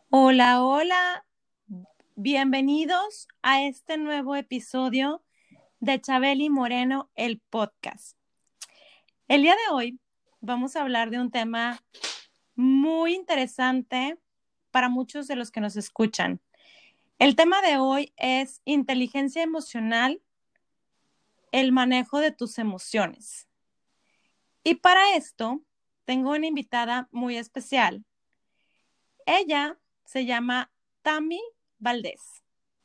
Hola, hola, bienvenidos a este nuevo episodio de Chabeli Moreno, el podcast. El día de hoy vamos a hablar de un tema muy interesante para muchos de los que nos escuchan. El tema de hoy es inteligencia emocional, el manejo de tus emociones. Y para esto tengo una invitada muy especial. Ella se llama Tami Valdés.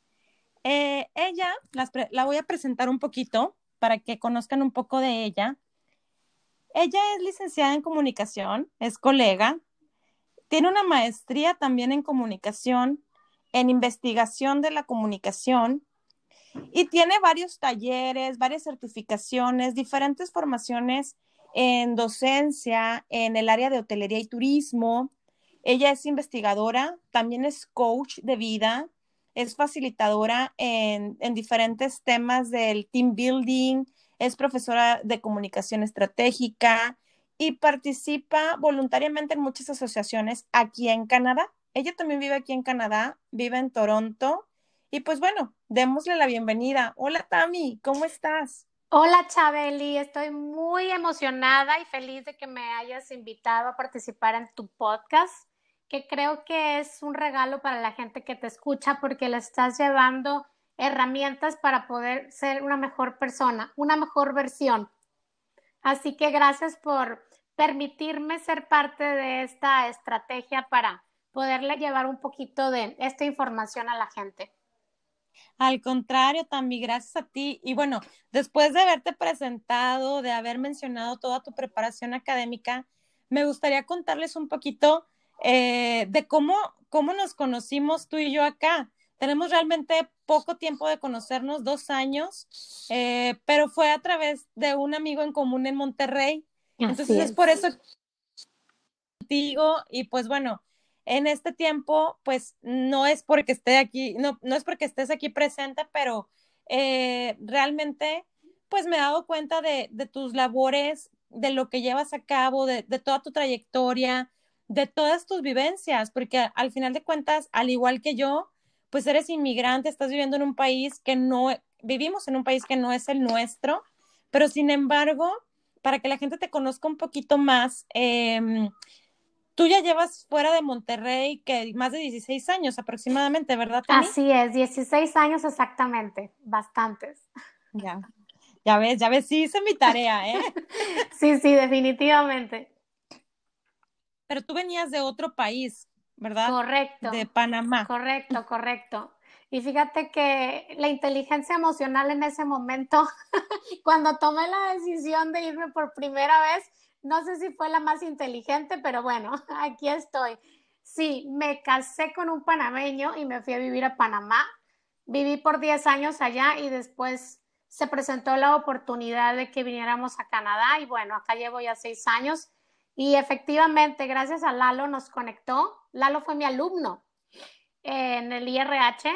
La voy a presentar un poquito para que conozcan un poco de ella. Ella es licenciada en comunicación, es colega, tiene una maestría también en comunicación, en investigación de la comunicación y tiene varios talleres, varias certificaciones, diferentes formaciones en docencia, en el área de hotelería y turismo. Ella es investigadora, también es coach de vida, es facilitadora en diferentes temas del team building, es profesora de comunicación estratégica y participa voluntariamente en muchas asociaciones aquí en Canadá. Ella también vive aquí en Canadá, vive en Toronto. Y pues bueno, démosle la bienvenida. Hola Tami, ¿cómo estás? Hola Chabeli, estoy muy emocionada y feliz de que me hayas invitado a participar en tu podcast, que creo que es un regalo para la gente que te escucha porque le estás llevando herramientas para poder ser una mejor persona, una mejor versión. Así que gracias por permitirme ser parte de esta estrategia para poderle llevar un poquito de esta información a la gente. Al contrario, Tami, gracias a ti. Y bueno, después de haberte presentado, de haber mencionado toda tu preparación académica, me gustaría contarles un poquito de cómo nos conocimos tú y yo acá. Tenemos realmente poco tiempo de conocernos, 2 años, pero fue a través de un amigo en común en Monterrey. Así Entonces es por es. eso contigo y pues bueno, en este tiempo pues no es porque esté aquí, no es porque estés aquí presente, pero realmente pues me he dado cuenta de tus labores, de lo que llevas a cabo, de toda tu trayectoria, de todas tus vivencias, porque al final de cuentas, al igual que yo, pues eres inmigrante, estás viviendo en un país que no, vivimos en un país que no es el nuestro, pero sin embargo, para que la gente te conozca un poquito más, tú ya llevas fuera de Monterrey que más de 16 años aproximadamente, ¿verdad, Tami? Así es, 16 años exactamente, bastantes. Ya, ya ves, sí hice mi tarea, ¿eh? Sí, sí, definitivamente. Pero tú venías de otro país, ¿verdad? De Correcto, Panamá. correcto, correcto. Y fíjate que la inteligencia emocional en ese momento, cuando tomé la decisión de irme por primera vez, no sé si fue la más inteligente, pero bueno, aquí estoy. Sí, me casé con un panameño y me fui a vivir a Panamá. Viví por 10 años allá y después se presentó la oportunidad de que viniéramos a Canadá y bueno, acá llevo ya 6 años y efectivamente, gracias a Lalo nos conectó. Lalo fue mi alumno en el IRH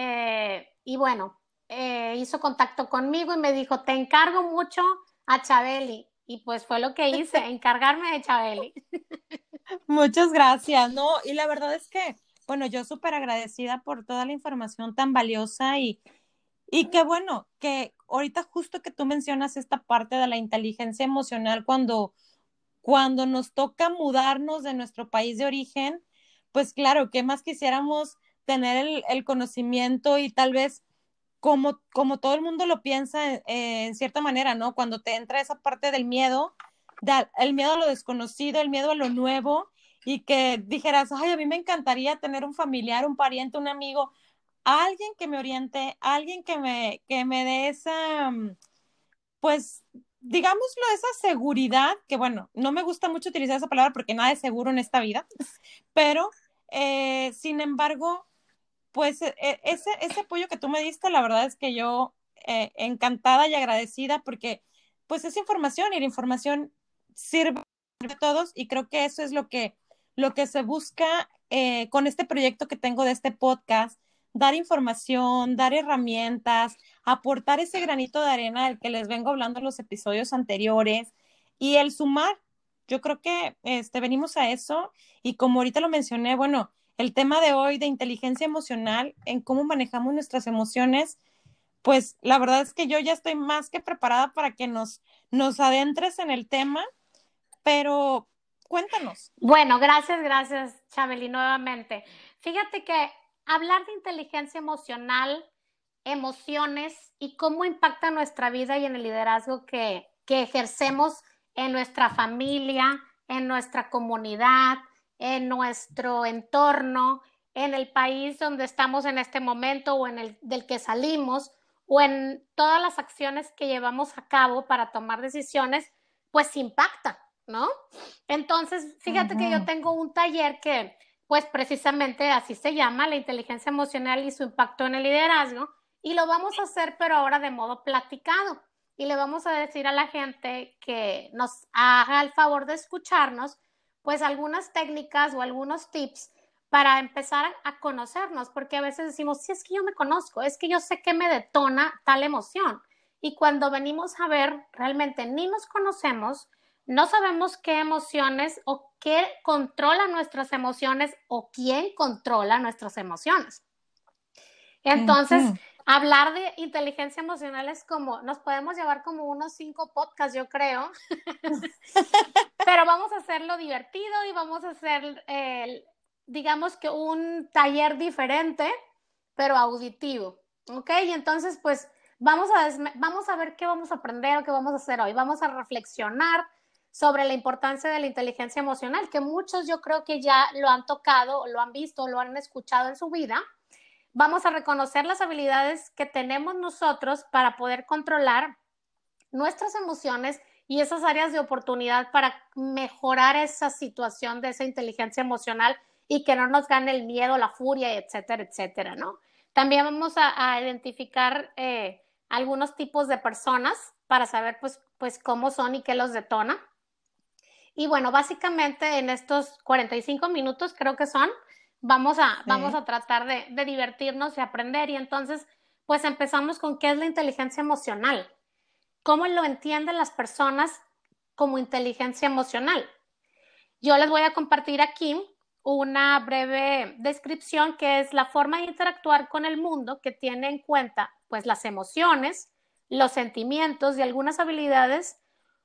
y bueno, hizo contacto conmigo y me dijo, te encargo mucho a Chabeli. Y pues fue lo que hice, encargarme de Chabeli. Muchas gracias, ¿no? Y la verdad es que, bueno, yo súper agradecida por toda la información tan valiosa y qué bueno, que ahorita justo que tú mencionas esta parte de la inteligencia emocional cuando nos toca mudarnos de nuestro país de origen, pues claro, ¿qué más quisiéramos tener el conocimiento y tal vez como todo el mundo lo piensa en cierta manera, ¿no? Cuando te entra esa parte del miedo, el miedo a lo desconocido, el miedo a lo nuevo, y que dijeras, ay, a mí me encantaría tener un familiar, un pariente, un amigo, alguien que me oriente, alguien que me dé esa, pues, digámoslo, esa seguridad, que bueno, no me gusta mucho utilizar esa palabra porque nada es seguro en esta vida, pero sin embargo, pues ese apoyo que tú me diste, la verdad es que yo encantada y agradecida porque pues es información y la información sirve a todos y creo que eso es lo que se busca con este proyecto que tengo de este podcast, dar información, dar herramientas, aportar ese granito de arena del que les vengo hablando en los episodios anteriores y el sumar. Yo creo que venimos a eso y como ahorita lo mencioné, bueno, el tema de hoy de inteligencia emocional, en cómo manejamos nuestras emociones, pues la verdad es que yo ya estoy más que preparada para que nos adentres en el tema, pero cuéntanos. Bueno, gracias, Chabeli, nuevamente. Fíjate que hablar de inteligencia emocional, emociones y cómo impacta nuestra vida y en el liderazgo que ejercemos en nuestra familia, en nuestra comunidad, en nuestro entorno, en el país donde estamos en este momento o en el del que salimos o en todas las acciones que llevamos a cabo para tomar decisiones, pues impacta, ¿no? Entonces, fíjate que yo tengo un taller que, pues precisamente así se llama, la inteligencia emocional y su impacto en el liderazgo, y lo vamos a hacer, pero ahora de modo platicado. Y le vamos a decir a la gente que nos haga el favor de escucharnos, pues algunas técnicas o algunos tips para empezar a conocernos, porque a veces decimos, sí, es que yo me conozco, es que yo sé qué me detona tal emoción. Y cuando venimos a ver, realmente ni nos conocemos, no sabemos qué emociones o qué controla nuestras emociones o quién controla nuestras emociones. Entonces, hablar de inteligencia emocional es como, nos podemos llevar como unos 5 podcasts, yo creo, pero vamos a hacerlo divertido y vamos a hacer, digamos que un taller diferente, pero auditivo, ¿ok? Y entonces, pues, vamos a ver qué vamos a aprender o qué vamos a hacer hoy. Vamos a reflexionar sobre la importancia de la inteligencia emocional, que muchos yo creo que ya lo han tocado, lo han visto, lo han escuchado en su vida. Vamos a reconocer las habilidades que tenemos nosotros para poder controlar nuestras emociones y esas áreas de oportunidad para mejorar esa situación de esa inteligencia emocional y que no nos gane el miedo, la furia, etcétera, etcétera, ¿no? También vamos a identificar algunos tipos de personas para saber pues cómo son y qué los detona. Y bueno, básicamente en estos 45 minutos creo que son, vamos a tratar de divertirnos y aprender. Y entonces, pues empezamos con qué es la inteligencia emocional. ¿Cómo lo entienden las personas como inteligencia emocional? Yo les voy a compartir aquí una breve descripción que es la forma de interactuar con el mundo que tiene en cuenta pues las emociones, los sentimientos y algunas habilidades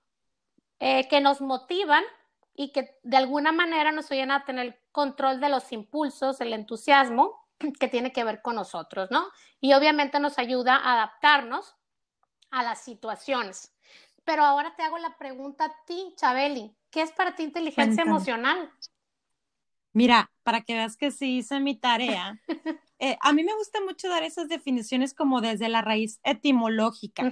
que nos motivan y que de alguna manera nos ayudan a tener control de los impulsos, el entusiasmo que tiene que ver con nosotros, ¿no? Y obviamente nos ayuda a adaptarnos a las situaciones. Pero ahora te hago la pregunta a ti, Chabeli, ¿qué es para ti inteligencia Cuéntame. emocional? Mira, para que veas que sí hice mi tarea, a mí me gusta mucho dar esas definiciones como desde la raíz etimológica.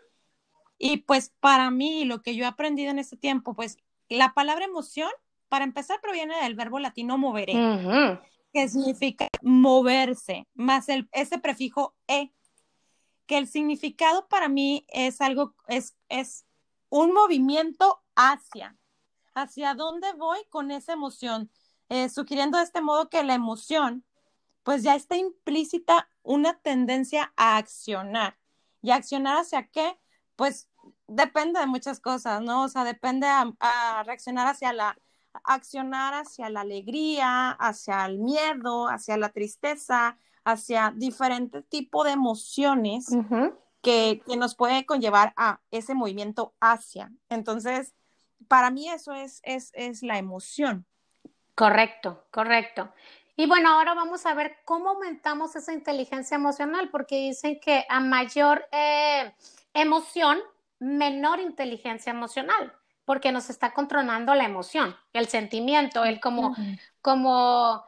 Y pues para mí, lo que yo he aprendido en este tiempo, pues la palabra emoción, para empezar, proviene del verbo latino movere, que significa moverse, más ese prefijo e, que el significado para mí es algo, es un movimiento hacia dónde voy con esa emoción, sugiriendo de este modo que la emoción, pues ya está implícita una tendencia a accionar. ¿Y accionar hacia qué? Pues depende de muchas cosas, ¿no? O sea, depende a reaccionar accionar hacia la alegría, hacia el miedo, hacia la tristeza, hacia diferentes tipos de emociones que nos puede conllevar a ese movimiento hacia. Entonces, para mí eso es la emoción. Correcto, correcto. Y bueno, ahora vamos a ver cómo aumentamos esa inteligencia emocional, porque dicen que a mayor emoción, menor inteligencia emocional, porque nos está controlando la emoción, el sentimiento, el como,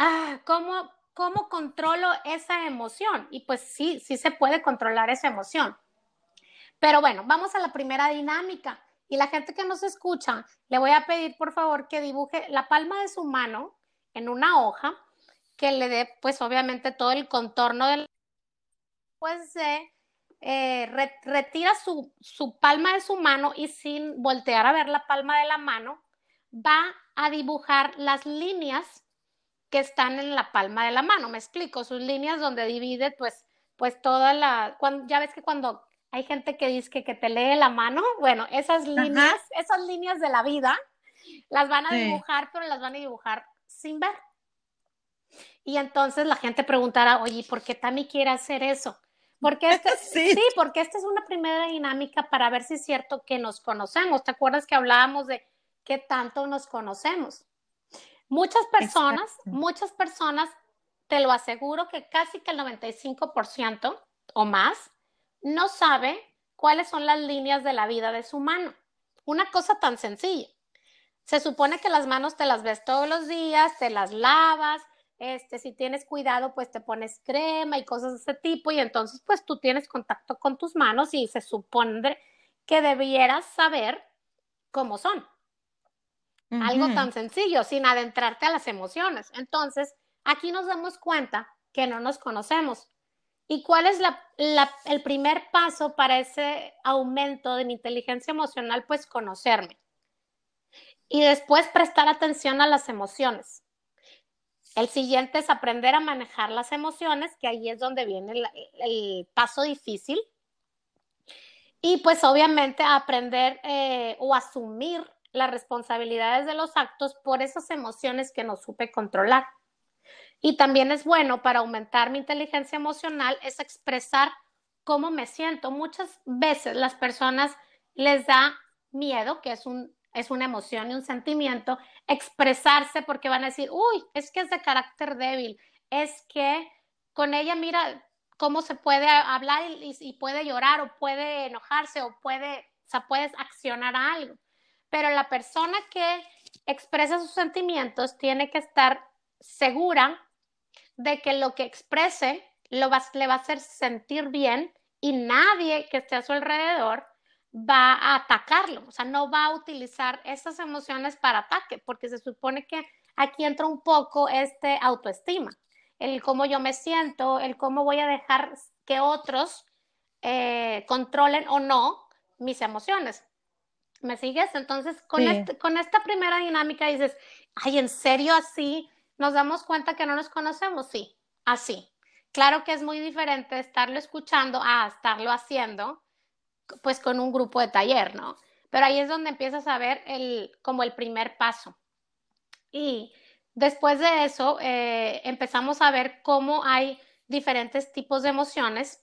¿cómo controlo esa emoción? Y pues sí, sí se puede controlar esa emoción. Pero bueno, vamos a la primera dinámica. Y la gente que nos escucha, le voy a pedir por favor que dibuje la palma de su mano en una hoja, que le dé pues obviamente todo el contorno del... Pues retira su palma de su mano y sin voltear a ver la palma de la mano, va a dibujar las líneas que están en la palma de la mano. Me explico, sus líneas donde divide pues toda la... ya ves que cuando hay gente que dice que te lee la mano, bueno, Ajá, esas líneas de la vida las van a sí. dibujar, pero las van a dibujar sin ver. Y entonces la gente preguntará, oye, ¿por qué Tami quiere hacer eso? Sí. Sí, porque esta es una primera dinámica para ver si es cierto que nos conocemos. ¿Te acuerdas que hablábamos de qué tanto nos conocemos? Exacto. Muchas personas, te lo aseguro que casi que el 95% o más, no sabe cuáles son las líneas de la vida de su mano. Una cosa tan sencilla. Se supone que las manos te las ves todos los días, te las lavas, si tienes cuidado, pues te pones crema y cosas de ese tipo, y entonces pues tú tienes contacto con tus manos y se supone que debieras saber cómo son. Algo Ujú. tan sencillo, sin adentrarte a las emociones. Entonces, aquí nos damos cuenta que no nos conocemos. ¿Y cuál es el primer paso para ese aumento de mi inteligencia emocional? Pues conocerme. Y después prestar atención a las emociones. El siguiente es aprender a manejar las emociones, que ahí es donde viene el paso difícil. Y pues obviamente aprender o asumir las responsabilidades de los actos por esas emociones que no supe controlar. Y también es bueno para aumentar mi inteligencia emocional es expresar cómo me siento. Muchas veces las personas les da miedo, que es una emoción y un sentimiento, expresarse porque van a decir, uy, es que es de carácter débil, es que con ella mira cómo se puede hablar y puede llorar o puede enojarse o sea, puedes accionar a algo. Pero la persona que expresa sus sentimientos tiene que estar segura de que lo que exprese le va a hacer sentir bien y nadie que esté a su alrededor va a atacarlo, o sea, no va a utilizar esas emociones para ataque, porque se supone que aquí entra un poco autoestima, el cómo yo me siento, el cómo voy a dejar que otros controlen o no mis emociones. ¿Me sigues? Entonces, Sí. con esta primera dinámica dices, ay, ¿en serio así nos damos cuenta que no nos conocemos? Sí, así. Claro que es muy diferente estarlo escuchando a estarlo haciendo, pues con un grupo de taller, ¿no? Pero ahí es donde empiezas a ver como el primer paso. Y después de eso, empezamos a ver cómo hay diferentes tipos de emociones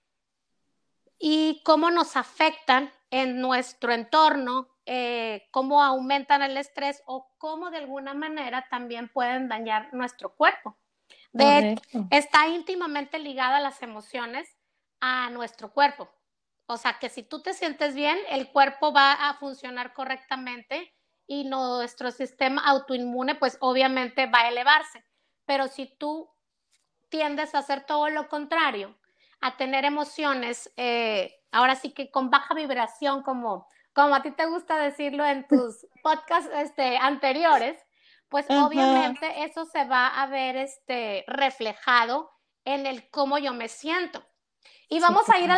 y cómo nos afectan en nuestro entorno, cómo aumentan el estrés o cómo de alguna manera también pueden dañar nuestro cuerpo. Correcto. Está íntimamente ligada las emociones a nuestro cuerpo. O sea, que si tú te sientes bien, el cuerpo va a funcionar correctamente y nuestro sistema autoinmune, pues obviamente va a elevarse. Pero si tú tiendes a hacer todo lo contrario, a tener emociones, ahora sí que con baja vibración, como a ti te gusta decirlo en tus podcasts anteriores, pues Ajá. obviamente eso se va a ver reflejado en el cómo yo me siento. Y Sí, vamos a ir claro.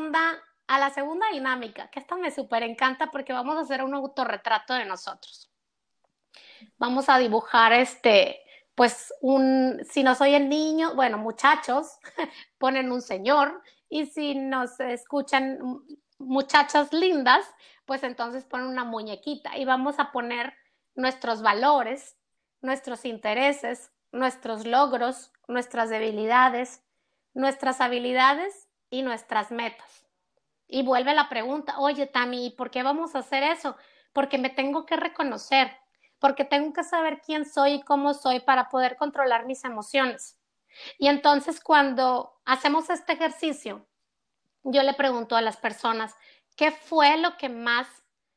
a la segunda dinámica, que esta me súper encanta porque vamos a hacer un autorretrato de nosotros. Vamos a dibujar pues si no soy el niño, bueno, muchachos, ponen un señor, y si nos escuchan muchachas lindas, pues entonces ponen una muñequita y vamos a poner nuestros valores, nuestros intereses, nuestros logros, nuestras debilidades, nuestras habilidades y nuestras metas. Y vuelve la pregunta, oye, Tami, ¿y por qué vamos a hacer eso? Porque me tengo que reconocer, porque tengo que saber quién soy y cómo soy para poder controlar mis emociones. Y entonces cuando hacemos este ejercicio, yo le pregunto a las personas, ¿qué fue lo que más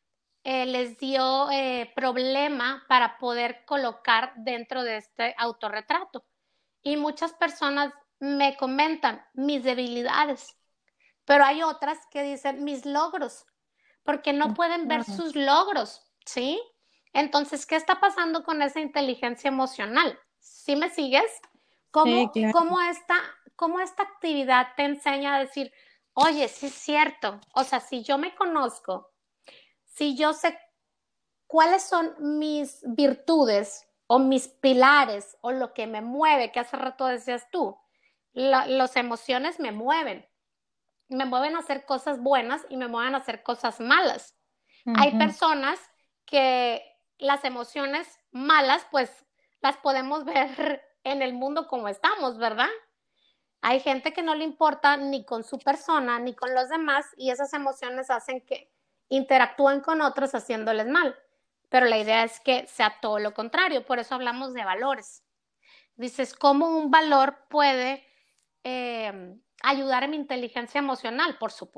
les dio problema para poder colocar dentro de este autorretrato? Y muchas personas me comentan mis debilidades, pero hay otras que dicen mis logros, porque no pueden ver Ajá. sus logros, ¿sí? Entonces, ¿qué está pasando con esa inteligencia emocional? ¿Sí me sigues? Sí, ¿Cómo, claro. cómo, esta, cómo esta actividad te enseña a decir, oye, sí es cierto, o sea, si yo me conozco, si yo sé cuáles son mis virtudes o mis pilares o lo que me mueve, que hace rato decías tú, las emociones me mueven a hacer cosas buenas y me mueven a hacer cosas malas. Hay Ujú. personas que las emociones malas, pues las podemos ver en el mundo como estamos, ¿verdad? Hay gente que no le importa ni con su persona ni con los demás y esas emociones hacen que interactúen con otros haciéndoles mal. Pero la idea es que sea todo lo contrario, por eso hablamos de valores. Dices, ¿cómo un valor puede ayudar en mi inteligencia emocional?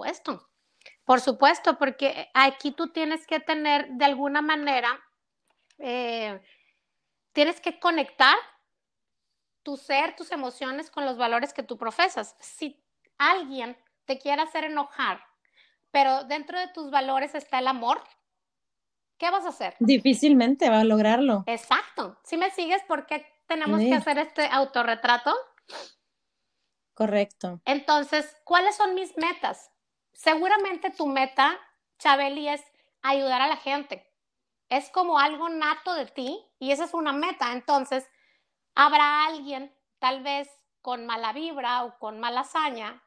Por supuesto, porque aquí tú tienes que tener de alguna manera, eh, tienes que conectar tu ser, tus emociones con los valores que tú profesas. Si alguien te quiere hacer enojar, pero dentro de tus valores está el amor, ¿qué vas a hacer? Difícilmente va a lograrlo. Exacto. Si me sigues, ¿por qué tenemos que Sí, hacer este autorretrato? correcto. Entonces, ¿cuáles son mis metas? Seguramente tu meta, Chabeli, es ayudar a la gente. Es como algo nato de ti y esa es una meta. Entonces, habrá alguien, tal vez con mala vibra o con mala hazaña,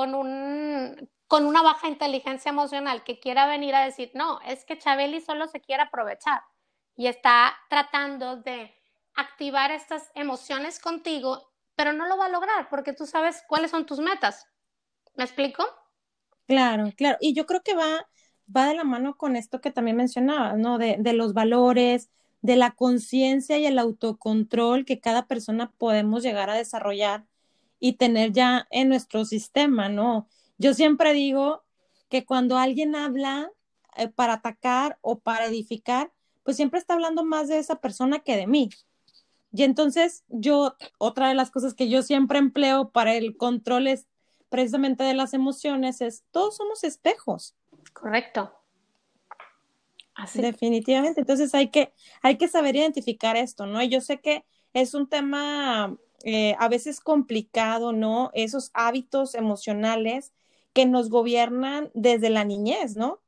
con una baja inteligencia emocional que quiera venir a decir, no, es que Chabeli solo se quiere aprovechar y está tratando de activar estas emociones contigo, pero no lo va a lograr porque tú sabes cuáles son tus metas. ¿Me explico? Claro, claro. Y yo creo que va de la mano con esto que también mencionabas, ¿no? De los valores, de la conciencia y el autocontrol que cada persona podemos llegar a desarrollar y tener ya en nuestro sistema, ¿no? Yo siempre digo que cuando alguien habla para atacar o para edificar, pues siempre está hablando más de esa persona que de mí. Y entonces otra de las cosas que yo siempre empleo para el control es precisamente de las emociones, es todos somos espejos, Correcto. Así. definitivamente. Entonces hay que saber identificar esto, ¿no? Y yo sé que es un tema a veces complicado, ¿no? Esos hábitos emocionales que nos gobiernan desde la niñez, ¿no?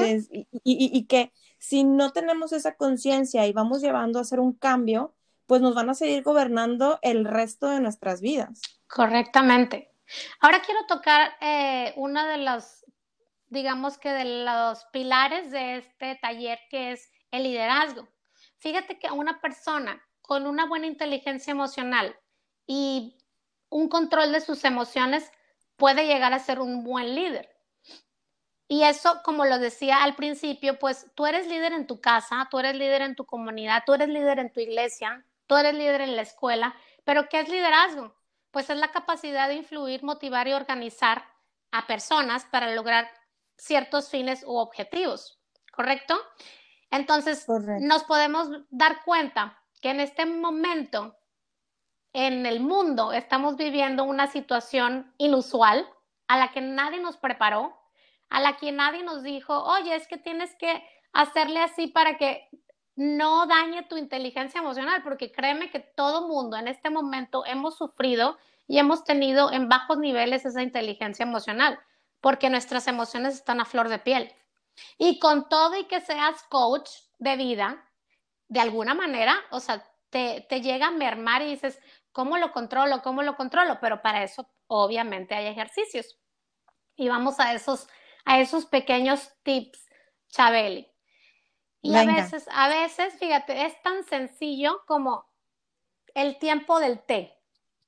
Y que si no tenemos esa conciencia y vamos llevando a hacer un cambio, pues nos van a seguir gobernando el resto de nuestras vidas. Correctamente. Ahora quiero tocar uno de los, digamos que de los pilares de este taller, que es el liderazgo. Fíjate que una persona con una buena inteligencia emocional y un control de sus emociones puede llegar a ser un buen líder. Y eso, como lo decía al principio, pues tú eres líder en tu casa, tú eres líder en tu comunidad, tú eres líder en tu iglesia, tú eres líder en la escuela, pero ¿qué es liderazgo? Pues es la capacidad de influir, motivar y organizar a personas para lograr ciertos fines u objetivos, ¿correcto? Entonces, Correcto. nos podemos dar cuenta que en este momento en el mundo estamos viviendo una situación inusual a la que nadie nos preparó, a la que nadie nos dijo, oye, es que tienes que hacerle así para que no dañe tu inteligencia emocional, porque créeme que todo mundo en este momento hemos sufrido y hemos tenido en bajos niveles esa inteligencia emocional, porque nuestras emociones están a flor de piel. Y con todo y que seas coach de vida, de alguna manera, o sea, te llega a mermar y dices, ¿cómo lo controlo? ¿Cómo lo controlo? Pero para eso, obviamente, hay ejercicios. Y vamos a esos pequeños tips, Chabeli. Y Venga. a veces, fíjate, es tan sencillo como el tiempo del té.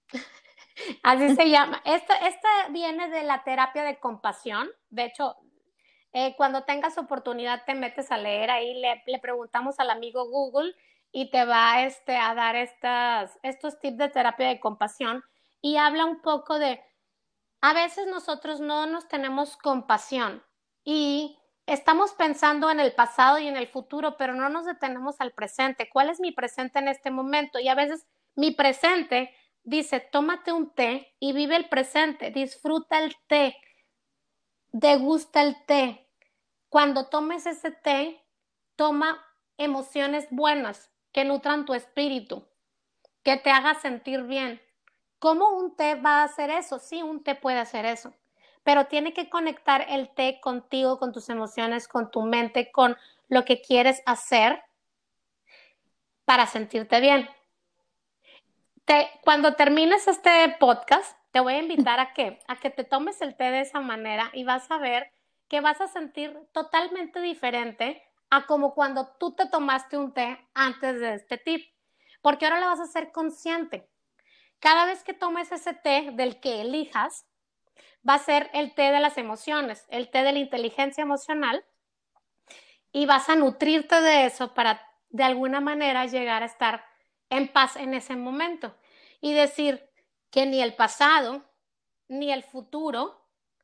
Así se llama. Esta viene de la terapia de compasión. De hecho, cuando tengas oportunidad te metes a leer ahí, le preguntamos al amigo Google y te va a dar estos tips de terapia de compasión y habla un poco de, a veces nosotros no nos tenemos compasión y estamos pensando en el pasado y en el futuro, pero no nos detenemos al presente. ¿Cuál es mi presente en este momento? Y a veces mi presente dice, tómate un té y vive el presente, disfruta el té, degusta el té. Cuando tomes ese té, toma emociones buenas que nutran tu espíritu, que te haga sentir bien. ¿Cómo un té va a hacer eso? Sí, un té puede hacer eso, pero tiene que conectar el té contigo, con tus emociones, con tu mente, con lo que quieres hacer para sentirte bien. Cuando termines este podcast, te voy a invitar a que te tomes el té de esa manera y vas a ver que vas a sentir totalmente diferente a como cuando tú te tomaste un té antes de este tip, porque ahora lo vas a hacer consciente. Cada vez que tomes ese té del que elijas, va a ser el té de las emociones, el té de la inteligencia emocional, y vas a nutrirte de eso para de alguna manera llegar a estar en paz en ese momento y decir que ni el pasado ni el futuro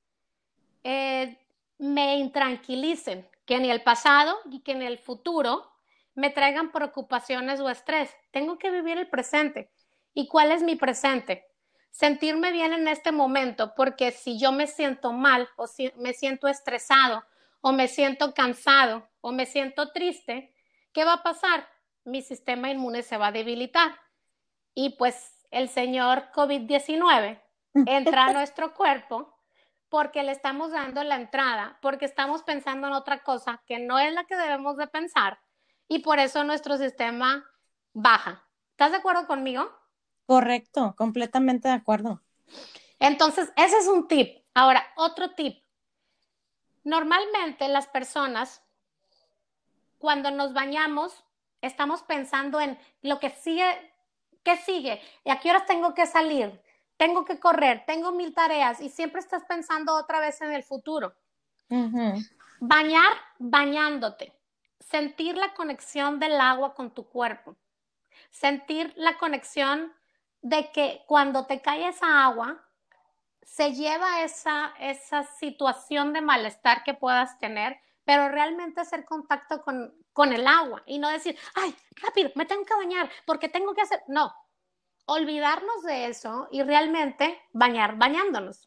me intranquilicen, que ni el pasado y que ni el futuro me traigan preocupaciones o estrés. Tengo que vivir el presente. ¿Y cuál es mi presente? Sentirme bien en este momento, porque si yo me siento mal o si me siento estresado o me siento cansado o me siento triste, ¿qué va a pasar? Mi sistema inmune se va a debilitar y pues el señor COVID-19 entra a nuestro cuerpo porque le estamos dando la entrada, porque estamos pensando en otra cosa que no es la que debemos de pensar y por eso nuestro sistema baja. ¿Estás de acuerdo conmigo? Correcto, completamente de acuerdo. Entonces, ese es un tip. Ahora, otro tip. Normalmente las personas, cuando nos bañamos, estamos pensando en lo que sigue, ¿qué sigue? ¿Y a qué horas tengo que salir? Tengo que correr, tengo 1000 tareas y siempre estás pensando otra vez en el futuro. Ujú. Bañar, bañándote. Sentir la conexión del agua con tu cuerpo. Sentir la conexión de que cuando te cae esa agua, se lleva esa situación de malestar que puedas tener, pero realmente hacer contacto con el agua y no decir, ay, rápido, me tengo que bañar porque tengo que hacer. No, olvidarnos de eso y realmente bañándonos.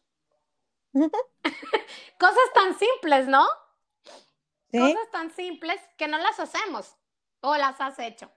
Cosas tan simples, ¿no? Sí, Cosas tan simples que no las hacemos o las has hecho.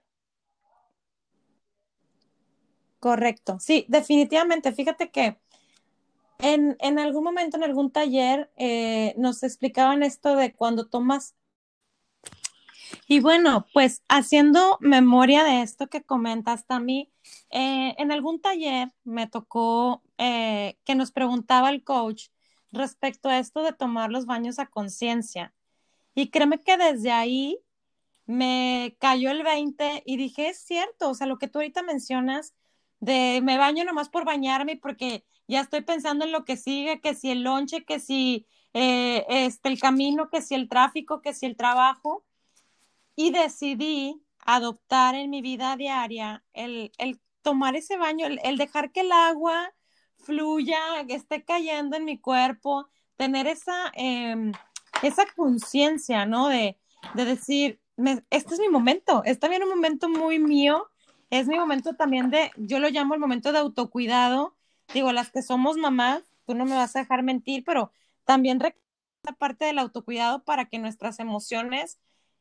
correcto. Sí, definitivamente. Fíjate que en algún momento, en algún taller, nos explicaban esto de cuando tomas. Y bueno, pues haciendo memoria de esto que comentas, Tami, en algún taller me tocó que nos preguntaba el coach respecto a esto de tomar los baños a conciencia. Y créeme que desde ahí me cayó el 20 y dije, es cierto, o sea, lo que tú ahorita mencionas de me baño nomás por bañarme porque ya estoy pensando en lo que sigue, que si el lonche, que si el camino, que si el tráfico, que si el trabajo. Y decidí adoptar en mi vida diaria el tomar ese baño, el dejar que el agua fluya, que esté cayendo en mi cuerpo, tener esa conciencia, ¿no? De decir, este es mi momento, es también un momento muy mío, es mi momento también yo lo llamo el momento de autocuidado. Digo, las que somos mamás, tú no me vas a dejar mentir, pero también esa parte del autocuidado para que nuestras emociones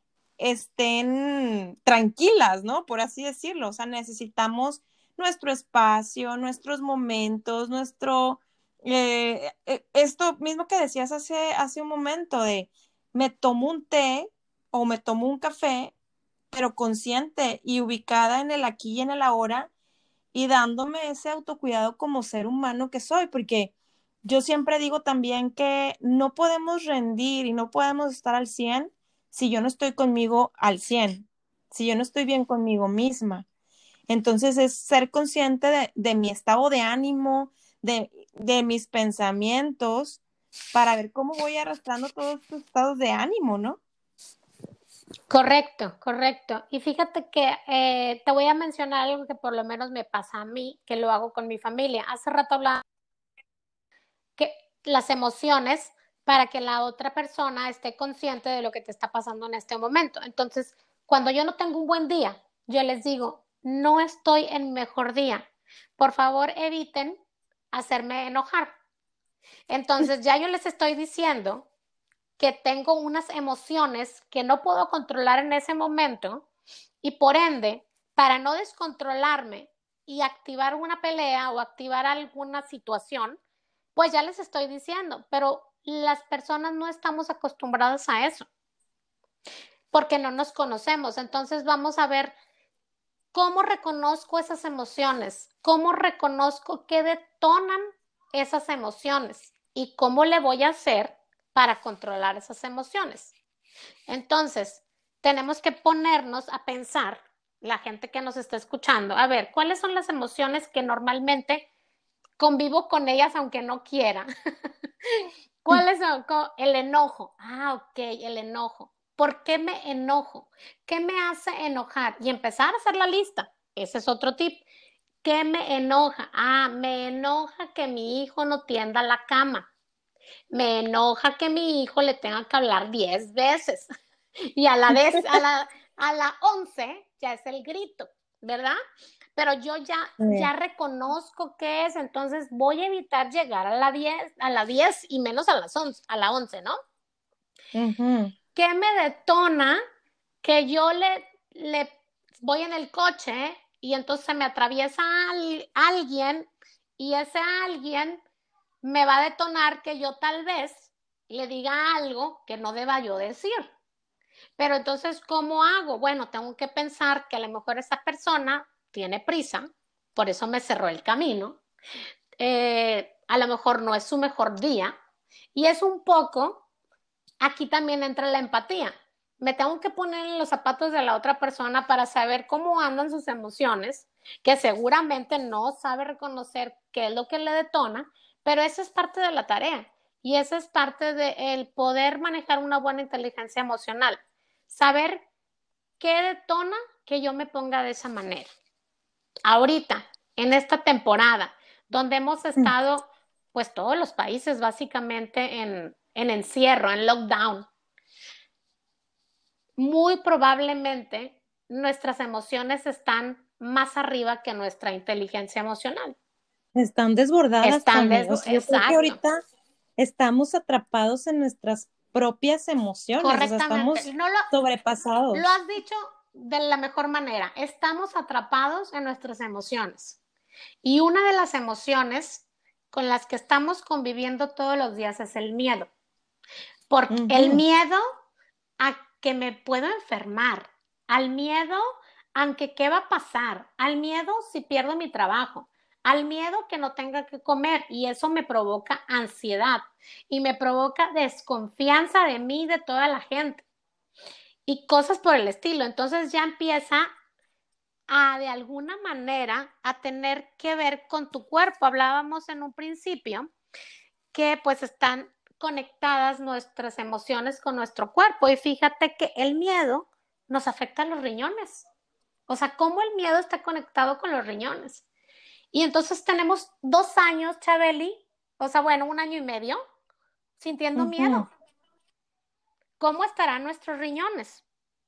estén tranquilas, ¿no? Por así decirlo. O sea, necesitamos nuestro espacio, nuestros momentos, esto mismo que decías hace un momento de me tomo un té o me tomo un café, pero consciente y ubicada en el aquí y en el ahora y dándome ese autocuidado como ser humano que soy, porque yo siempre digo también que no podemos rendir y no podemos estar al 100 si yo no estoy conmigo al 100, si yo no estoy bien conmigo misma. Entonces es ser consciente de mi estado de ánimo, de mis pensamientos, para ver cómo voy arrastrando todos estos estados de ánimo, ¿no? Correcto, correcto. Y fíjate que te voy a mencionar algo que por lo menos me pasa a mí, que lo hago con mi familia. Hace rato hablaba que las emociones para que la otra persona esté consciente de lo que te está pasando en este momento. Entonces, cuando yo no tengo un buen día, yo les digo, no estoy en mi mejor día. Por favor, eviten hacerme enojar. Entonces, ya yo les estoy diciendo que tengo unas emociones que no puedo controlar en ese momento y por ende, para no descontrolarme y activar una pelea o activar alguna situación, pues ya les estoy diciendo, pero las personas no estamos acostumbradas a eso porque no nos conocemos. Entonces vamos a ver cómo reconozco esas emociones, cómo reconozco qué detonan esas emociones y cómo le voy a hacer para controlar esas emociones. Entonces, tenemos que ponernos a pensar la gente que nos está escuchando, a ver, ¿cuáles son las emociones que normalmente convivo con ellas aunque no quiera? ¿Cuáles son? El enojo. Ah, ok, el enojo. ¿Por qué me enojo? ¿Qué me hace enojar? Y empezar a hacer la lista. Ese es otro tip. ¿Qué me enoja? Ah, me enoja que mi hijo no tienda la cama. Me enoja que mi hijo le tenga que hablar 10 veces. Y a la vez, a la 11 ya es el grito, ¿verdad? Pero yo ya Sí. reconozco qué es, entonces voy a evitar llegar a la 10 y menos a las 11, a la 11, ¿no? Ujú. ¿Qué me detona que yo le voy en el coche y entonces se me atraviesa alguien y ese alguien me va a detonar que yo tal vez le diga algo que no deba yo decir? Pero entonces, ¿cómo hago? Bueno, tengo que pensar que a lo mejor esa persona tiene prisa, por eso me cerró el camino. A lo mejor no es su mejor día. Y es un poco, aquí también entra la empatía. Me tengo que poner en los zapatos de la otra persona para saber cómo andan sus emociones, que seguramente no sabe reconocer qué es lo que le detona, pero eso es parte de la tarea. Y eso es parte del poder manejar una buena inteligencia emocional. Saber qué detona que yo me ponga de esa manera. Ahorita, en esta temporada, donde hemos estado, pues todos los países básicamente en encierro, en lockdown, muy probablemente nuestras emociones están más arriba que nuestra inteligencia emocional. Están desbordadas, Connie. O sea, yo creo que Exacto, ahorita estamos atrapados en nuestras propias emociones, o sea, correctamente. estamos No lo sobrepasados. has dicho de la mejor manera. Estamos atrapados en nuestras emociones. Y una de las emociones con las que estamos conviviendo todos los días es el miedo. Porque el Ujú. miedo a que me puedo enfermar, al miedo aunque qué va a pasar, al miedo si pierdo mi trabajo, al miedo que no tenga que comer y eso me provoca ansiedad y me provoca desconfianza de mí y de toda la gente y cosas por el estilo. Entonces ya empieza a de alguna manera a tener que ver con tu cuerpo. Hablábamos en un principio que pues están conectadas nuestras emociones con nuestro cuerpo y fíjate que el miedo nos afecta a los riñones. O sea, cómo el miedo está conectado con los riñones. Y entonces tenemos 2 años, Chabeli, o sea, bueno, 1 año y medio, sintiendo Ujú. miedo. ¿Cómo estarán nuestros riñones?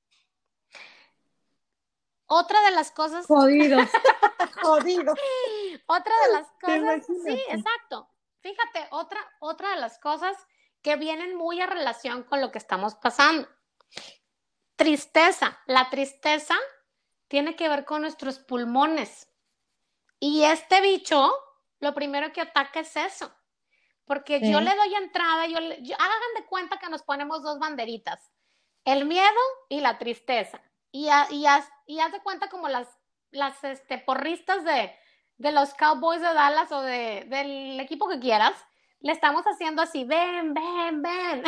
Otra de las cosas, Jodidos, jodidos. otra de las cosas, sí, Imagínate. exacto. Fíjate, otra de las cosas que vienen muy a relación con lo que estamos pasando. Tristeza. La tristeza tiene que ver con nuestros pulmones. Y este bicho, lo primero que ataca es eso. Porque yo Sí. le doy entrada, hagan de cuenta que nos ponemos dos banderitas, el miedo y la tristeza. Y haz de cuenta como las porristas de los Cowboys de Dallas o del equipo que quieras, le estamos haciendo así, ven, ven, ven.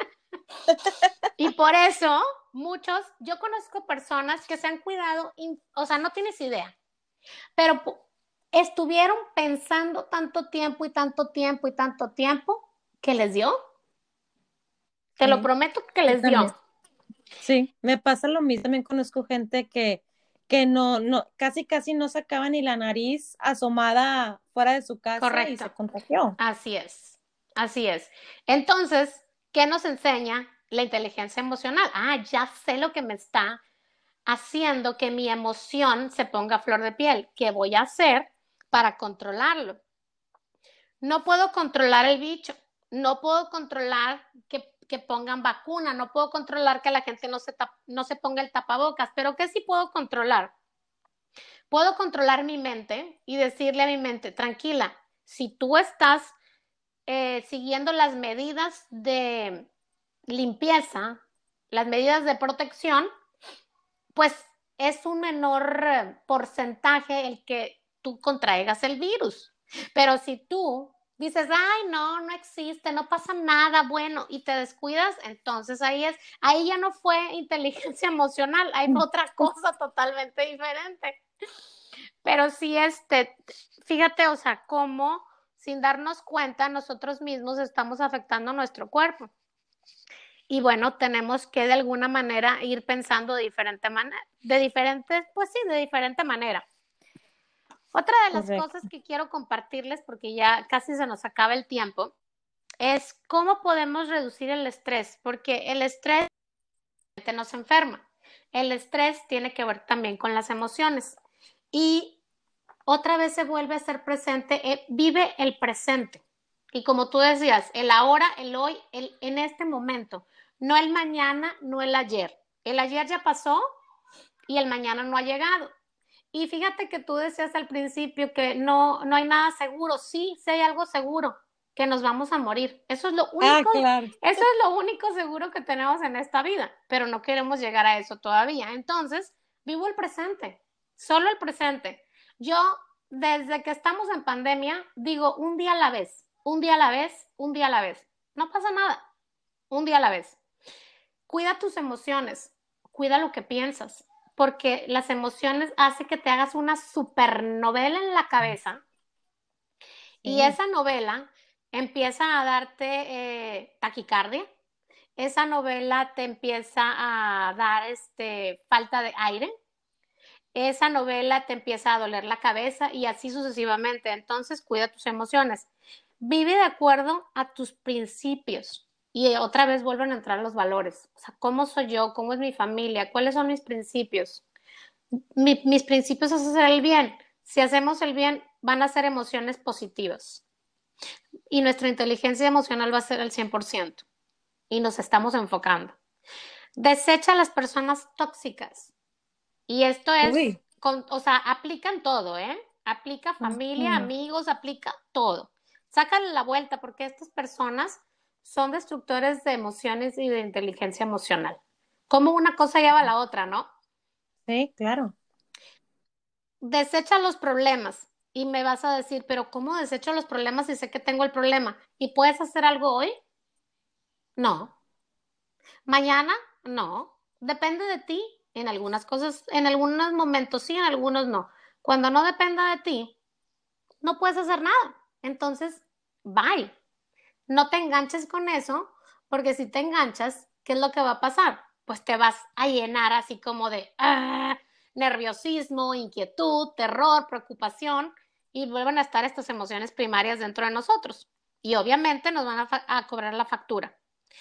Y por eso yo conozco personas que se han cuidado, o sea, no tienes idea, pero estuvieron pensando tanto tiempo y tanto tiempo y tanto tiempo que les dio. Te lo Sí, prometo que yo les dio. también. Sí, me pasa lo mismo. También conozco gente que casi casi no sacaba ni la nariz asomada fuera de su casa y Correcto. se contagió. Así es. Así es. Entonces, ¿qué nos enseña la inteligencia emocional? Ah, ya sé lo que me está haciendo que mi emoción se ponga a flor de piel. ¿Qué voy a hacer para controlarlo? No puedo controlar el bicho, no puedo controlar que pongan vacuna, no puedo controlar que la gente no se ponga el tapabocas, pero ¿qué sí puedo controlar? Puedo controlar mi mente y decirle a mi mente, tranquila, si tú estás siguiendo las medidas de limpieza, las medidas de protección, pues es un menor porcentaje el que tú contraigas el virus. Pero si tú dices, ay, no, no existe, no pasa nada, bueno, y te descuidas, entonces ahí ya no fue inteligencia emocional, ahí fue otra cosa totalmente diferente. Pero sí, fíjate, o sea, cómo sin darnos cuenta nosotros mismos estamos afectando nuestro cuerpo. Y bueno, tenemos que de alguna manera ir pensando de diferente manera, pues sí, de diferente manera. Otra de las cosas Correcto. que quiero compartirles, porque ya casi se nos acaba el tiempo, es cómo podemos reducir el estrés, porque el estrés nos enferma. El estrés tiene que ver también con las emociones. Y otra vez se vuelve a ser presente, vive el presente. Y como tú decías, el ahora, el hoy, en este momento, no el mañana, no el ayer. El ayer ya pasó y el mañana no ha llegado. Y fíjate que tú decías al principio que no hay nada seguro. Sí, sí hay algo seguro, que nos vamos a morir. Ah, claro. Eso es lo único seguro que tenemos en esta vida, pero no queremos llegar a eso todavía. Entonces, vivo el presente, solo el presente. Yo, desde que estamos en pandemia, digo un día a la vez, un día a la vez, un día a la vez. No pasa nada, un día a la vez. Cuida tus emociones, cuida lo que piensas, porque las emociones hacen que te hagas una supernovela en la cabeza y Sí. esa novela empieza a darte taquicardia, esa novela te empieza a dar falta de aire, esa novela te empieza a doler la cabeza y así sucesivamente. Entonces, cuida tus emociones. Vive de acuerdo a tus principios. Y otra vez vuelven a entrar los valores. O sea, ¿cómo soy yo? ¿Cómo es mi familia? ¿Cuáles son mis principios? Mis principios es hacer el bien. Si hacemos el bien, van a ser emociones positivas. Y nuestra inteligencia emocional va a ser al 100%. Y nos estamos enfocando. Desecha a las personas tóxicas. Y esto es, Uy. o sea, aplican todo, ¿eh? Aplica familia, Ujú. amigos, aplica todo. Sácale la vuelta porque estas personas son destructores de emociones y de inteligencia emocional. Como una cosa lleva a la otra, ¿no? Sí, claro. Desecha los problemas y me vas a decir, pero ¿cómo desecho los problemas si sé que tengo el problema? ¿Y puedes hacer algo hoy? No. Mañana, no. Depende de ti. En algunas cosas, en algunos momentos sí, en algunos no. Cuando no dependa de ti, no puedes hacer nada. Entonces, bye. No te enganches con eso, porque si te enganchas, ¿qué es lo que va a pasar? Pues te vas a llenar así como de nerviosismo, inquietud, terror, preocupación, y vuelven a estar estas emociones primarias dentro de nosotros. Y obviamente nos van a cobrar la factura.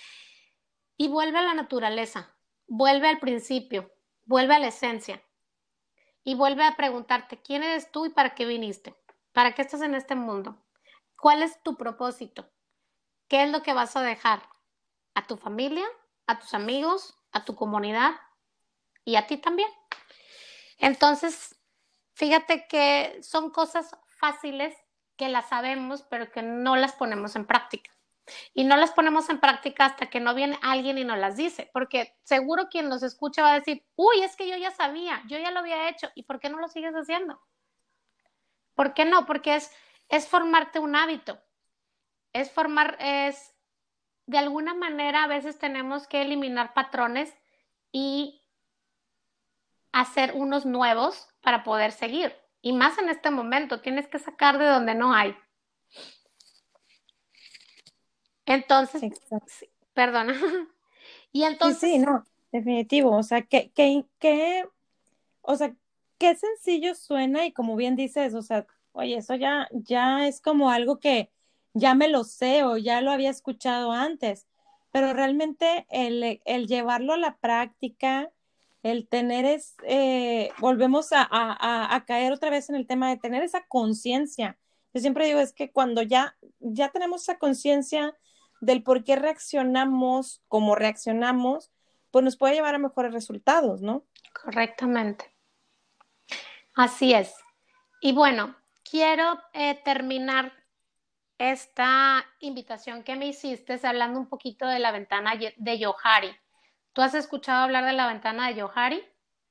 Y vuelve a la naturaleza, vuelve al principio, vuelve a la esencia y vuelve a preguntarte quién eres tú y para qué viniste, para qué estás en este mundo, cuál es tu propósito, qué es lo que vas a dejar a tu familia, a tus amigos, a tu comunidad y a ti también. Entonces, fíjate que son cosas fáciles que las sabemos, pero que no las ponemos en práctica. Y no las ponemos en práctica hasta que no viene alguien y nos las dice, porque seguro quien nos escucha va a decir, uy, es que yo ya sabía, yo ya lo había hecho, ¿y por qué no lo sigues haciendo? ¿Por qué no? Porque es formarte un hábito, es de alguna manera a veces tenemos que eliminar patrones y hacer unos nuevos para poder seguir. Y más en este momento, tienes que sacar de donde no hay. Entonces, Exacto. sí, perdona. Y Sí, sí, entonces, no, definitivo. O sea, o sea, qué sencillo suena y como bien dices, o sea, oye, eso ya es como algo que ya me lo sé o ya lo había escuchado antes, pero realmente el llevarlo a la práctica, el tener volvemos a caer otra vez en el tema de tener esa conciencia. Yo siempre digo, es que cuando ya tenemos esa conciencia del por qué reaccionamos como reaccionamos, pues nos puede llevar a mejores resultados, ¿no? correctamente. Así es. Y bueno, quiero terminar esta invitación que me hiciste hablando un poquito de la ventana de Johari. ¿Tú has escuchado hablar de la ventana de Johari?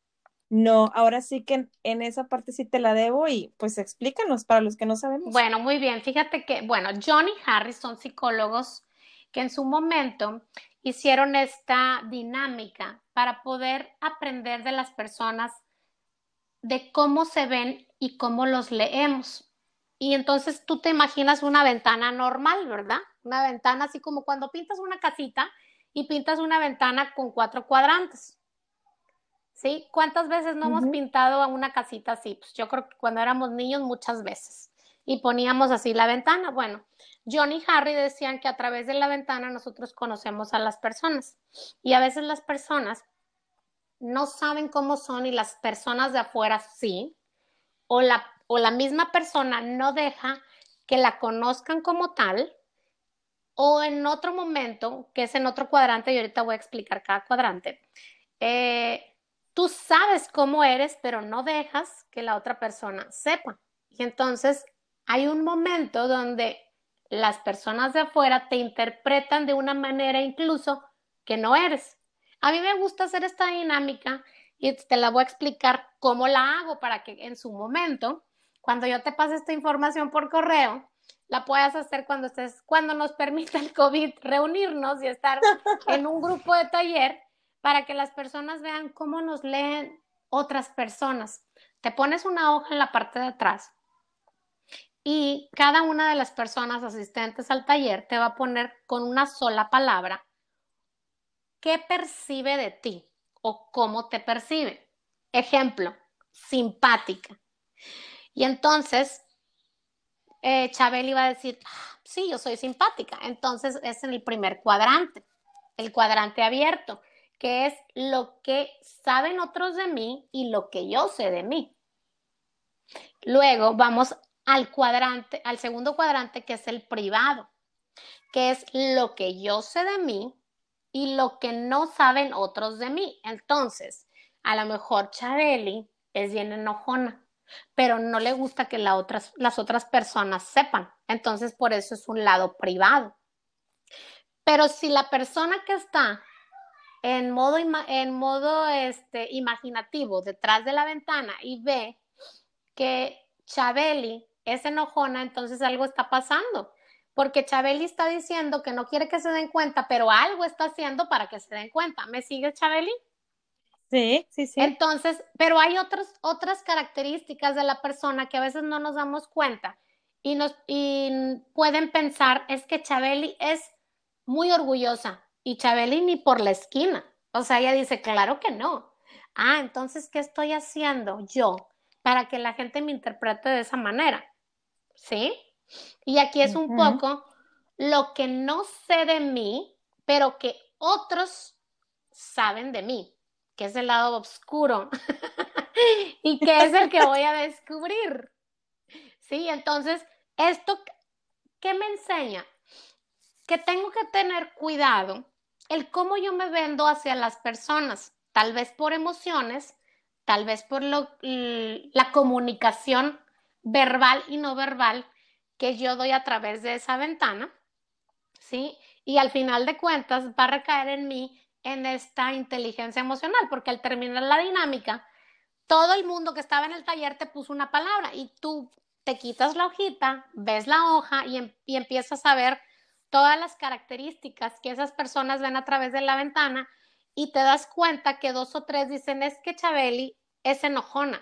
No, ahora sí que en esa parte sí te la debo y pues explícanos para los que no sabemos. Bueno, muy bien. Fíjate que, bueno, John y Harry son psicólogos que en su momento hicieron esta dinámica para poder aprender de las personas de cómo se ven y cómo los leemos. Y entonces tú te imaginas una ventana normal, ¿verdad? Una ventana así como cuando pintas una casita y pintas una ventana con 4 cuadrantes. ¿Sí? ¿Cuántas veces no hemos Ujú. pintado a una casita así? Pues yo creo que cuando éramos niños muchas veces. Y poníamos así la ventana. Bueno, John y Harry decían que a través de la ventana nosotros conocemos a las personas. Y a veces las personas no saben cómo son y las personas de afuera sí. O la misma persona no deja que la conozcan como tal. O en otro momento, que es en otro cuadrante, y ahorita voy a explicar cada cuadrante, eh, tú sabes cómo eres, pero no dejas que la otra persona sepa. Y entonces hay un momento donde las personas de afuera te interpretan de una manera incluso que no eres. A mí me gusta hacer esta dinámica y te la voy a explicar cómo la hago para que en su momento, cuando yo te pase esta información por correo, la puedas hacer cuando nos permita el COVID reunirnos y estar en un grupo de taller para que las personas vean cómo nos leen otras personas. Te pones una hoja en la parte de atrás y cada una de las personas asistentes al taller te va a poner con una sola palabra qué percibe de ti o cómo te percibe. Ejemplo, simpática. Y entonces Chabel iba a decir, sí, yo soy simpática. Entonces es en el primer cuadrante, el cuadrante abierto, que es lo que saben otros de mí y lo que yo sé de mí. Luego vamos al segundo cuadrante, que es el privado, que es lo que yo sé de mí y lo que no saben otros de mí. Entonces, a lo mejor Chabeli es bien enojona, pero no le gusta que las otras personas sepan. Entonces, por eso es un lado privado. Pero si la persona que está en modo imaginativo detrás de la ventana y ve que Chabeli es enojona, entonces algo está pasando. Porque Chabeli está diciendo que no quiere que se den cuenta, pero algo está haciendo para que se den cuenta. ¿Me sigue Chabeli? Sí, sí, sí. Entonces, pero hay otras características de la persona que a veces no nos damos cuenta y pueden pensar, es que Chabeli es muy orgullosa y Chabeli ni por la esquina. O sea, ella dice, claro que no. Ah, entonces, ¿qué estoy haciendo yo para que la gente me interprete de esa manera? ¿Sí? Y aquí es un Ujú. poco lo que no sé de mí, pero que otros saben de mí, que es el lado oscuro y que es el que voy a descubrir. ¿Sí? Entonces, ¿esto qué me enseña? Que tengo que tener cuidado el cómo yo me vendo hacia las personas, tal vez por emociones, tal vez por la comunicación verbal y no verbal que yo doy a través de esa ventana, ¿sí? Y al final de cuentas va a recaer en mí en esta inteligencia emocional, porque al terminar la dinámica, todo el mundo que estaba en el taller te puso una palabra y tú te quitas la hojita, ves la hoja y empiezas a ver todas las características que esas personas ven a través de la ventana y te das cuenta que 2 o 3 dicen es que Chabeli es enojona.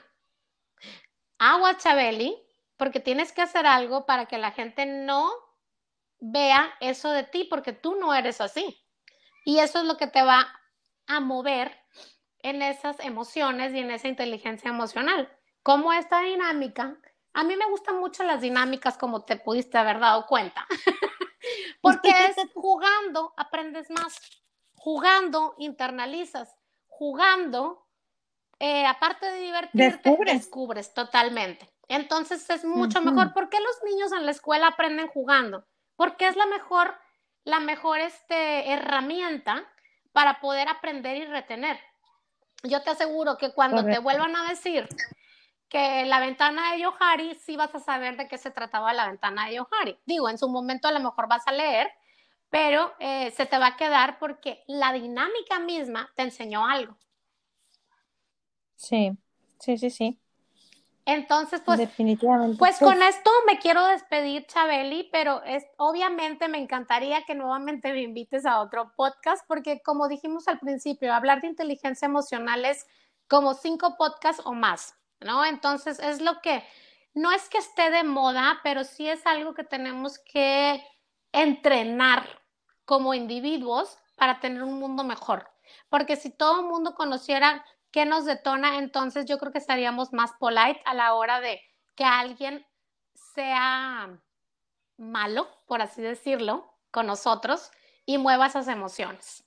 Agua Chabeli, porque tienes que hacer algo para que la gente no vea eso de ti, porque tú no eres así. Y eso es lo que te va a mover en esas emociones y en esa inteligencia emocional. Como esta dinámica, a mí me gustan mucho las dinámicas como te pudiste haber dado cuenta, porque es jugando, aprendes más, jugando, internalizas, jugando, aparte de divertirte, Descubres. descubres totalmente. Entonces es mucho mejor. Ujú. ¿Por qué los niños en la escuela aprenden jugando? Porque es la mejor herramienta para poder aprender y retener. Yo te aseguro que cuando te Correcto. vuelvan a decir que la ventana de Johari, sí vas a saber de qué se trataba la ventana de Johari. Digo, en su momento a lo mejor vas a leer, pero se te va a quedar porque la dinámica misma te enseñó algo. Sí, sí, sí, sí, Entonces, definitivamente. pues con esto me quiero despedir, Chabeli, pero obviamente me encantaría que nuevamente me invites a otro podcast, porque como dijimos al principio, hablar de inteligencia emocional es como 5 podcasts o más, ¿no? Entonces es lo que, no es que esté de moda, pero sí es algo que tenemos que entrenar como individuos para tener un mundo mejor. Porque si todo el mundo conociera qué nos detona, entonces yo creo que estaríamos más polite a la hora de que alguien sea malo, por así decirlo, con nosotros y mueva esas emociones.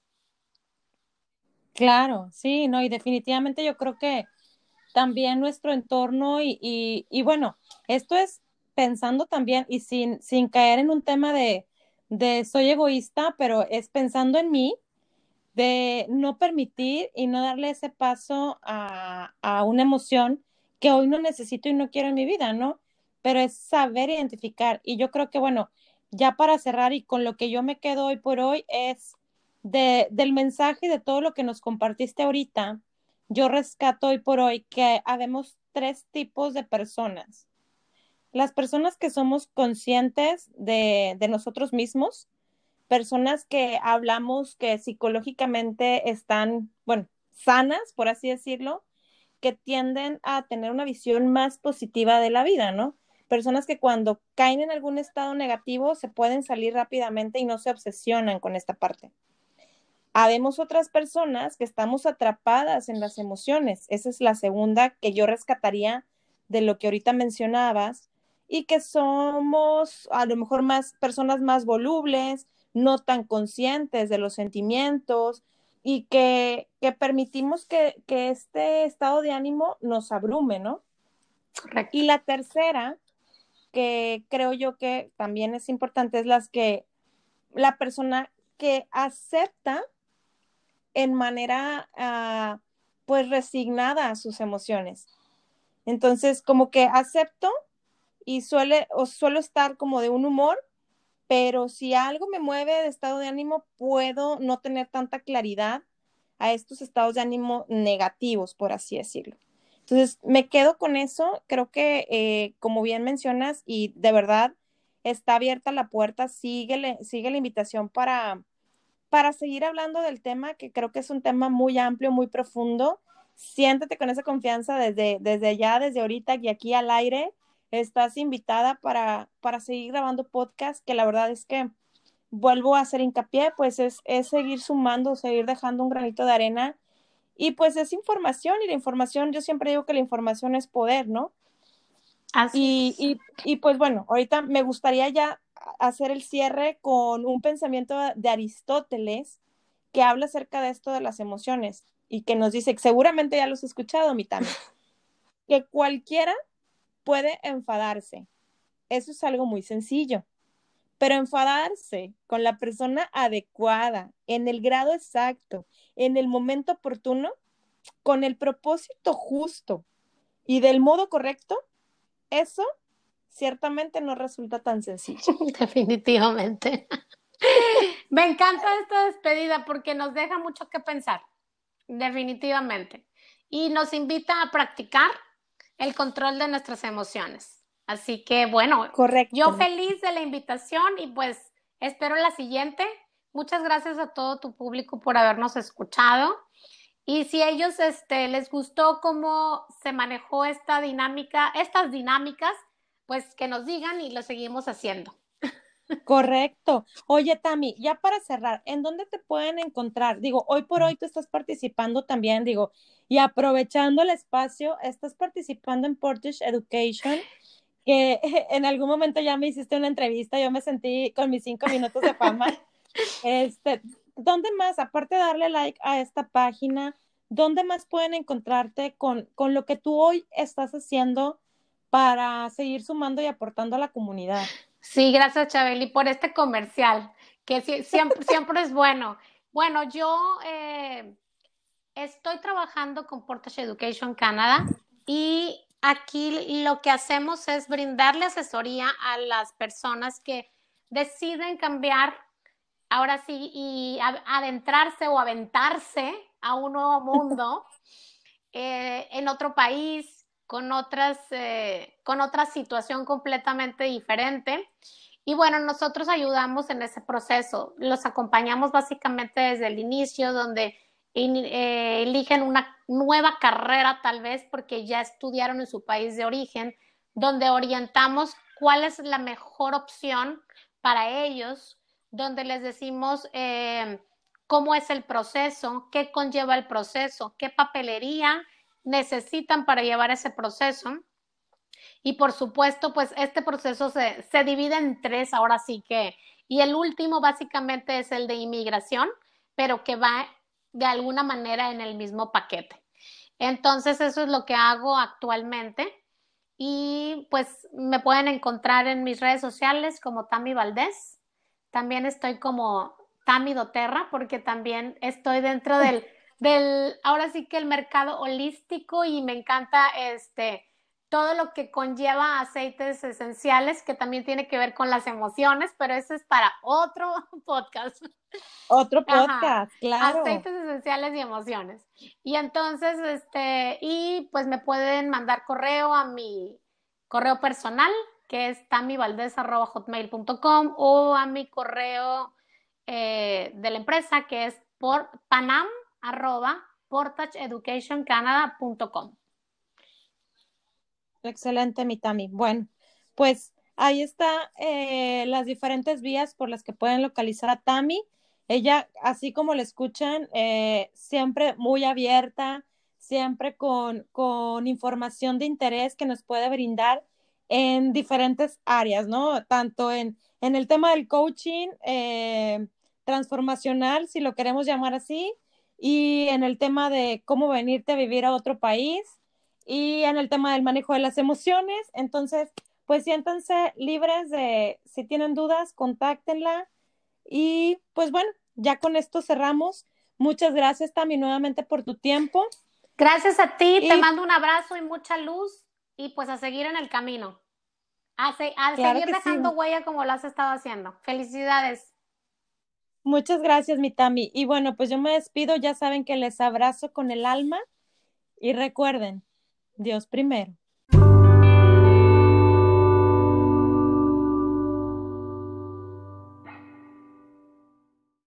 Claro, sí, no, y definitivamente yo creo que también nuestro entorno y bueno, esto es pensando también y sin caer en un tema de soy egoísta, pero es pensando en mí, de no permitir y no darle ese paso a una emoción que hoy no necesito y no quiero en mi vida, ¿no? Pero es saber identificar. Y yo creo que, bueno, ya para cerrar y con lo que yo me quedo hoy por hoy es del mensaje y de todo lo que nos compartiste ahorita, yo rescato hoy por hoy que habemos tres tipos de personas. Las personas que somos conscientes de nosotros mismos, personas que hablamos que psicológicamente están, bueno, sanas, por así decirlo, que tienden a tener una visión más positiva de la vida, ¿no? Personas que cuando caen en algún estado negativo se pueden salir rápidamente y no se obsesionan con esta parte. Habemos otras personas que estamos atrapadas en las emociones. Esa es la segunda que yo rescataría de lo que ahorita mencionabas y que somos a lo mejor más personas más volubles, no tan conscientes de los sentimientos y que permitimos que este estado de ánimo nos abrume, ¿no? Correcto. Y la tercera, que creo yo que también es importante, es la persona que acepta en manera pues resignada a sus emociones. Entonces, como que acepto y suelo estar como de un humor, pero si algo me mueve de estado de ánimo, puedo no tener tanta claridad a estos estados de ánimo negativos, por así decirlo. Entonces, me quedo con eso. Creo que, como bien mencionas, y de verdad está abierta la puerta, sigue la invitación para seguir hablando del tema, que creo que es un tema muy amplio, muy profundo. Siéntete con esa confianza desde ya, desde ahorita y aquí al aire. Estás invitada para seguir grabando podcast, que la verdad es que vuelvo a hacer hincapié, pues es seguir sumando, seguir dejando un granito de arena. Y pues es información y la información, yo siempre digo que la información es poder, ¿no? Así Y, es. y, y pues bueno, ahorita me gustaría ya hacer el cierre con un pensamiento de Aristóteles que habla acerca de esto de las emociones y que nos dice, que seguramente ya los he escuchado, Mitame, que cualquiera puede enfadarse. Eso es algo muy sencillo, pero enfadarse con la persona adecuada, en el grado exacto, en el momento oportuno, con el propósito justo y del modo correcto, eso ciertamente no resulta tan sencillo. Definitivamente. Me encanta esta despedida porque nos deja mucho que pensar, definitivamente. Y nos invita a practicar el control de nuestras emociones. Así que bueno, yo Correcto. feliz de la invitación y pues espero la siguiente. Muchas gracias a todo tu público por habernos escuchado. Y si a ellos les gustó cómo se manejó esta dinámica, estas dinámicas, pues que nos digan y lo seguimos haciendo. Correcto. Oye, Tami, ya para cerrar, ¿en dónde te pueden encontrar? Digo, hoy por hoy tú estás participando también, digo, y aprovechando el espacio, estás participando en Portage Education, que en algún momento ya me hiciste una entrevista, yo me sentí con mis 5 minutos de fama. ¿Dónde más, aparte de darle like a esta página, dónde más pueden encontrarte con lo que tú hoy estás haciendo para seguir sumando y aportando a la comunidad? Sí, gracias, Chabeli, por este comercial, que siempre, siempre es bueno. Bueno, yo estoy trabajando con Portage Education Canada y aquí lo que hacemos es brindarle asesoría a las personas que deciden cambiar ahora sí y adentrarse o aventarse a un nuevo mundo en otro país, con otra situación completamente diferente. Y bueno, nosotros ayudamos en ese proceso, los acompañamos básicamente desde el inicio, donde eligen una nueva carrera tal vez porque ya estudiaron en su país de origen, donde orientamos cuál es la mejor opción para ellos, donde les decimos cómo es el proceso, qué conlleva el proceso, qué papelería necesitan para llevar ese proceso. Y por supuesto, pues este proceso se divide en tres, ahora sí que, y el último básicamente es el de inmigración, pero que va de alguna manera en el mismo paquete. Entonces, eso es lo que hago actualmente. Y pues me pueden encontrar en mis redes sociales como Tami Valdés. También estoy como Tami Doterra, porque también estoy dentro ahora sí que el mercado holístico y me encanta todo lo que conlleva aceites esenciales, que también tiene que ver con las emociones, pero eso es para otro podcast. Otro Ajá, podcast, claro. aceites esenciales y emociones. Y entonces, y pues me pueden mandar correo a mi correo personal, que es tamivaldez@hotmail.com, o a mi correo de la empresa, que es por panam@portageeducationcanada.com. Excelente, mi Tami. Bueno, pues ahí está las diferentes vías por las que pueden localizar a Tami. Ella, así como la escuchan, siempre muy abierta, siempre con información de interés que nos puede brindar en diferentes áreas, ¿no? Tanto en el tema del coaching transformacional, si lo queremos llamar así, y en el tema de cómo venirte a vivir a otro país y en el tema del manejo de las emociones. Entonces, pues siéntanse libres de, si tienen dudas, contáctenla. Y pues bueno, ya con esto cerramos. Muchas gracias, Tami, nuevamente por tu tiempo. Gracias a ti, te Y mando un abrazo y mucha luz y pues a seguir en el camino, a claro seguir que sí. dejando huella como lo has estado haciendo. Felicidades. Muchas gracias, mi Tami. Y bueno, pues yo me despido. Ya saben que les abrazo con el alma y recuerden, Dios primero.